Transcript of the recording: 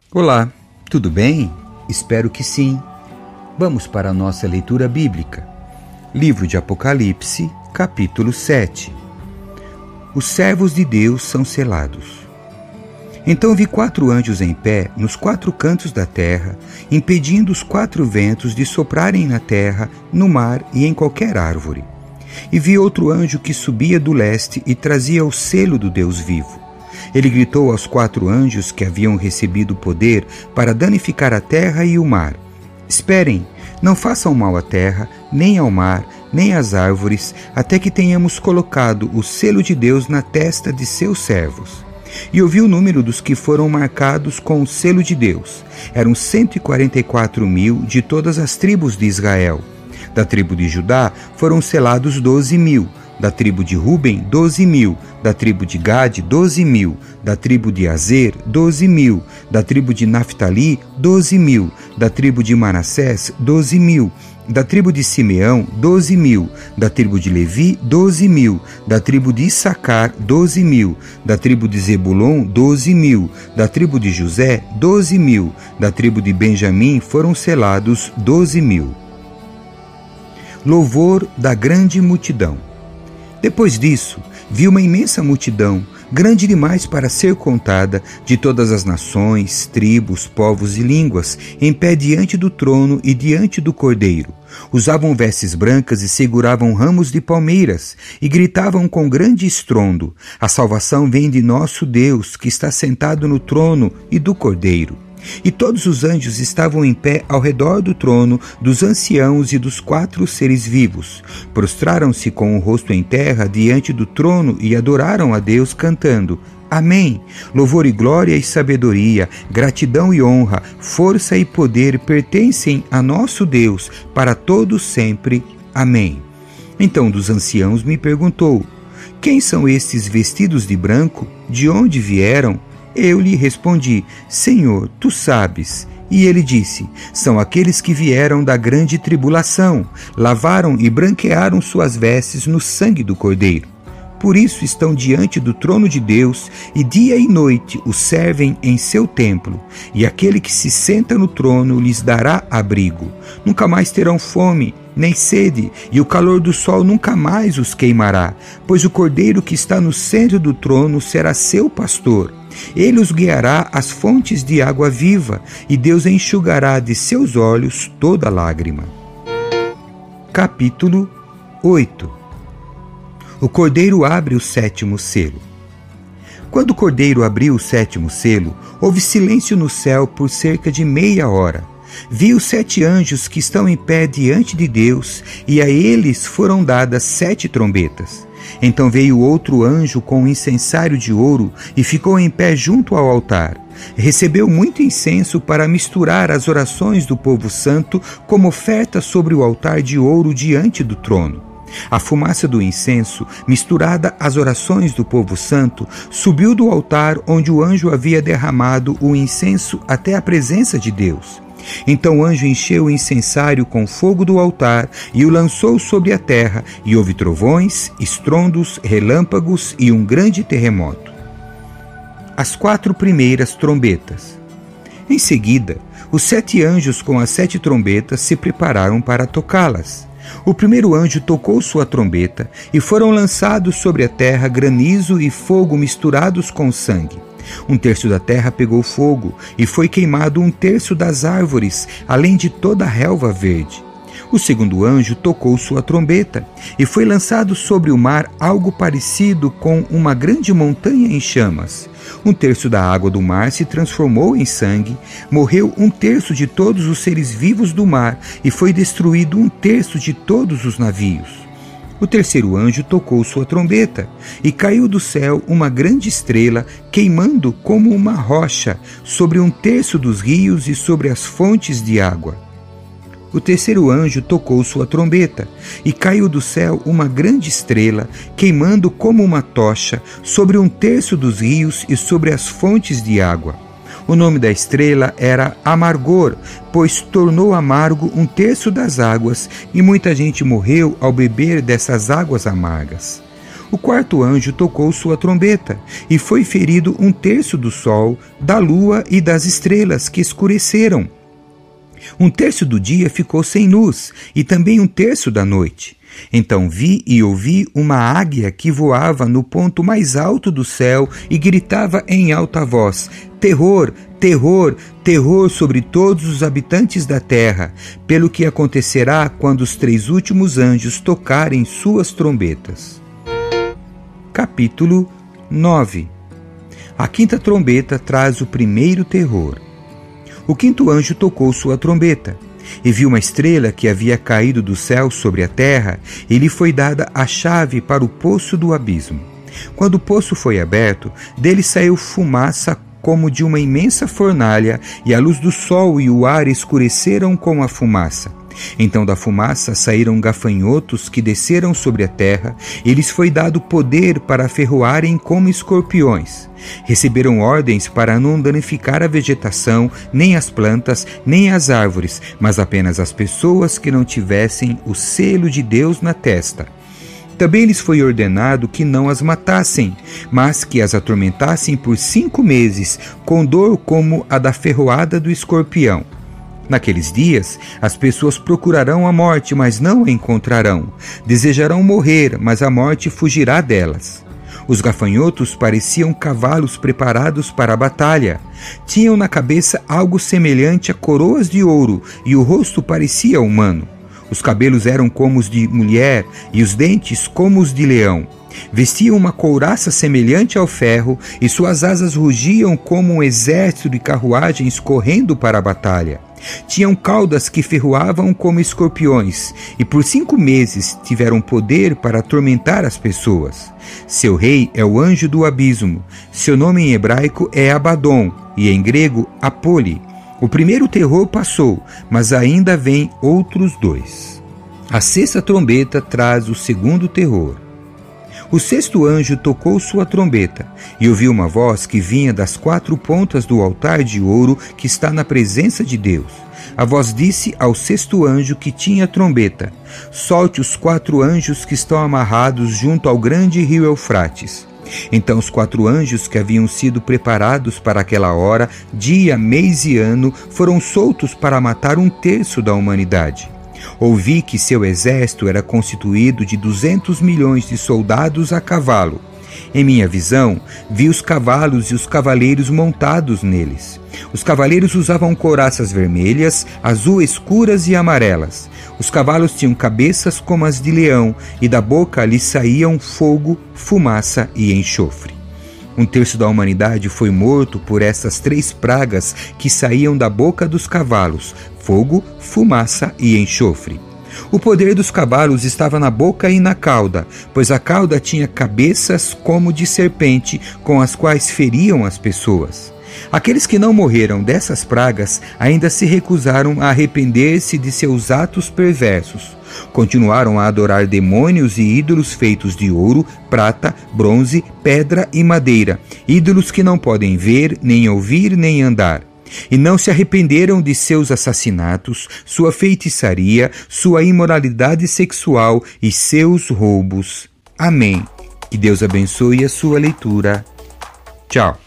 Olá, tudo bem? Espero que sim. Vamos para a nossa leitura bíblica. Livro de Apocalipse, capítulo 7. Os servos de Deus são selados. Então vi 4 anjos em pé nos 4 cantos da terra, impedindo os 4 ventos de soprarem na terra, no mar e em qualquer árvore. E vi outro anjo que subia do leste e trazia o selo do Deus vivo. Ele gritou aos 4 anjos que haviam recebido poder para danificar a terra e o mar: Esperem, não façam mal à terra, nem ao mar, nem às árvores, até que tenhamos colocado o selo de Deus na testa de seus servos. E ouvi o número dos que foram marcados com o selo de Deus. Eram 144.000 de todas as tribos de Israel. Da tribo de Judá foram selados 12.000. Da tribo de Ruben, 12.000, da tribo de Gade, 12.000, da tribo de Azer, 12.000, da tribo de Naftali, 12.000, da tribo de Manassés, 12.000, da tribo de Simeão, 12.000, da tribo de Levi, 12.000, da tribo de Issacar, 12.000, da tribo de Zebulon, 12.000, da tribo de José, 12.000, da tribo de Benjamim foram selados 12.000. Louvor da grande multidão. Depois disso, vi uma imensa multidão, grande demais para ser contada, de todas as nações, tribos, povos e línguas, em pé diante do trono e diante do Cordeiro. Usavam vestes brancas e seguravam ramos de palmeiras, e gritavam com grande estrondo: A salvação vem de nosso Deus, que está sentado no trono, e do Cordeiro. E todos os anjos estavam em pé ao redor do trono, dos anciãos e dos 4 seres vivos. Prostraram-se com o rosto em terra diante do trono e adoraram a Deus, cantando: Amém! Louvor e glória e sabedoria, gratidão e honra, força e poder pertencem a nosso Deus, para todos sempre. Amém. Então um dos anciãos me perguntou: Quem são estes vestidos de branco? De onde vieram? Eu lhe respondi: Senhor, tu sabes. E ele disse: São aqueles que vieram da grande tribulação, lavaram e branquearam suas vestes no sangue do Cordeiro. Por isso estão diante do trono de Deus, e dia e noite o servem em seu templo, e aquele que se senta no trono lhes dará abrigo. Nunca mais terão fome, nem sede, e o calor do sol nunca mais os queimará, pois o Cordeiro que está no centro do trono será seu pastor. Ele os guiará às fontes de água viva, e Deus enxugará de seus olhos toda lágrima. Capítulo 8. O Cordeiro abre o 7º selo. Quando o Cordeiro abriu o 7º selo, houve silêncio no céu por cerca de meia hora. Vi os 7 anjos que estão em pé diante de Deus, e a eles foram dadas 7 trombetas. Então veio outro anjo com um incensário de ouro e ficou em pé junto ao altar. Recebeu muito incenso para misturar as orações do povo santo como oferta sobre o altar de ouro diante do trono. A fumaça do incenso, misturada às orações do povo santo, subiu do altar onde o anjo havia derramado o incenso até a presença de Deus. Então o anjo encheu o incensário com fogo do altar e o lançou sobre a terra, e houve trovões, estrondos, relâmpagos e um grande terremoto. As 4 primeiras trombetas. Em seguida, os 7 anjos com as 7 trombetas se prepararam para tocá-las. O primeiro anjo tocou sua trombeta, e foram lançados sobre a terra granizo e fogo misturados com sangue. 1/3 da terra pegou fogo, e foi queimado 1/3 das árvores, além de toda a relva verde. O segundo anjo tocou sua trombeta, e foi lançado sobre o mar algo parecido com uma grande montanha em chamas. 1/3 da água do mar se transformou em sangue, morreu 1/3 de todos os seres vivos do mar, e foi destruído 1/3 de todos os navios. O terceiro anjo tocou sua trombeta, e caiu do céu uma grande estrela, queimando como uma rocha, sobre 1/3 dos rios e sobre as fontes de água. O terceiro anjo tocou sua trombeta, e caiu do céu uma grande estrela, queimando como uma tocha, sobre 1/3 dos rios e sobre as fontes de água. O nome da estrela era Amargor, pois tornou amargo 1/3 das águas, e muita gente morreu ao beber dessas águas amargas. O quarto anjo tocou sua trombeta, e foi ferido 1/3 do sol, da lua e das estrelas, que escureceram. 1/3 do dia ficou sem luz, e também 1/3 da noite. Então vi e ouvi uma águia que voava no ponto mais alto do céu e gritava em alta voz: terror, terror, terror sobre todos os habitantes da terra, pelo que acontecerá quando os 3 últimos anjos tocarem suas trombetas. Capítulo 9. A 5ª trombeta traz o primeiro terror. O 5º anjo tocou sua trombeta, e viu uma estrela que havia caído do céu sobre a terra, e lhe foi dada a chave para o poço do abismo. Quando o poço foi aberto, dele saiu fumaça como de uma imensa fornalha, e a luz do sol e o ar escureceram com a fumaça. Então da fumaça saíram gafanhotos que desceram sobre a terra, e lhes foi dado poder para ferroarem como escorpiões. Receberam ordens para não danificar a vegetação, nem as plantas, nem as árvores, mas apenas as pessoas que não tivessem o selo de Deus na testa. Também lhes foi ordenado que não as matassem, mas que as atormentassem por 5 meses, com dor como a da ferroada do escorpião. Naqueles dias, as pessoas procurarão a morte, mas não a encontrarão. Desejarão morrer, mas a morte fugirá delas. Os gafanhotos pareciam cavalos preparados para a batalha. Tinham na cabeça algo semelhante a coroas de ouro, e o rosto parecia humano. Os cabelos eram como os de mulher, e os dentes como os de leão. Vestiam uma couraça semelhante ao ferro, e suas asas rugiam como um exército de carruagens correndo para a batalha. Tinham caudas que ferroavam como escorpiões, e por 5 meses tiveram poder para atormentar as pessoas. Seu rei é o anjo do abismo. Seu nome em hebraico é Abaddon, e em grego Apoli. O primeiro terror passou, mas ainda vêm outros 2. A 6ª trombeta traz o segundo terror. O 6º anjo tocou sua trombeta, e ouviu uma voz que vinha das 4 pontas do altar de ouro que está na presença de Deus. A voz disse ao 6º anjo que tinha a trombeta: solte os 4 anjos que estão amarrados junto ao grande rio Eufrates. Então os 4 anjos que haviam sido preparados para aquela hora, dia, mês e ano, foram soltos para matar 1/3 da humanidade. Ouvi que seu exército era constituído de 200 milhões de soldados a cavalo. Em minha visão, vi os cavalos e os cavaleiros montados neles. Os cavaleiros usavam couraças vermelhas, azul escuras e amarelas. Os cavalos tinham cabeças como as de leão, e da boca lhes saíam fogo, fumaça e enxofre. 1/3 da humanidade foi morto por essas 3 pragas que saíam da boca dos cavalos: fogo, fumaça e enxofre. O poder dos cavalos estava na boca e na cauda, pois a cauda tinha cabeças como de serpente, com as quais feriam as pessoas. Aqueles que não morreram dessas pragas ainda se recusaram a arrepender-se de seus atos perversos. Continuaram a adorar demônios e ídolos feitos de ouro, prata, bronze, pedra e madeira, ídolos que não podem ver, nem ouvir, nem andar. E não se arrependeram de seus assassinatos, sua feitiçaria, sua imoralidade sexual e seus roubos. Amém. Que Deus abençoe a sua leitura. Tchau.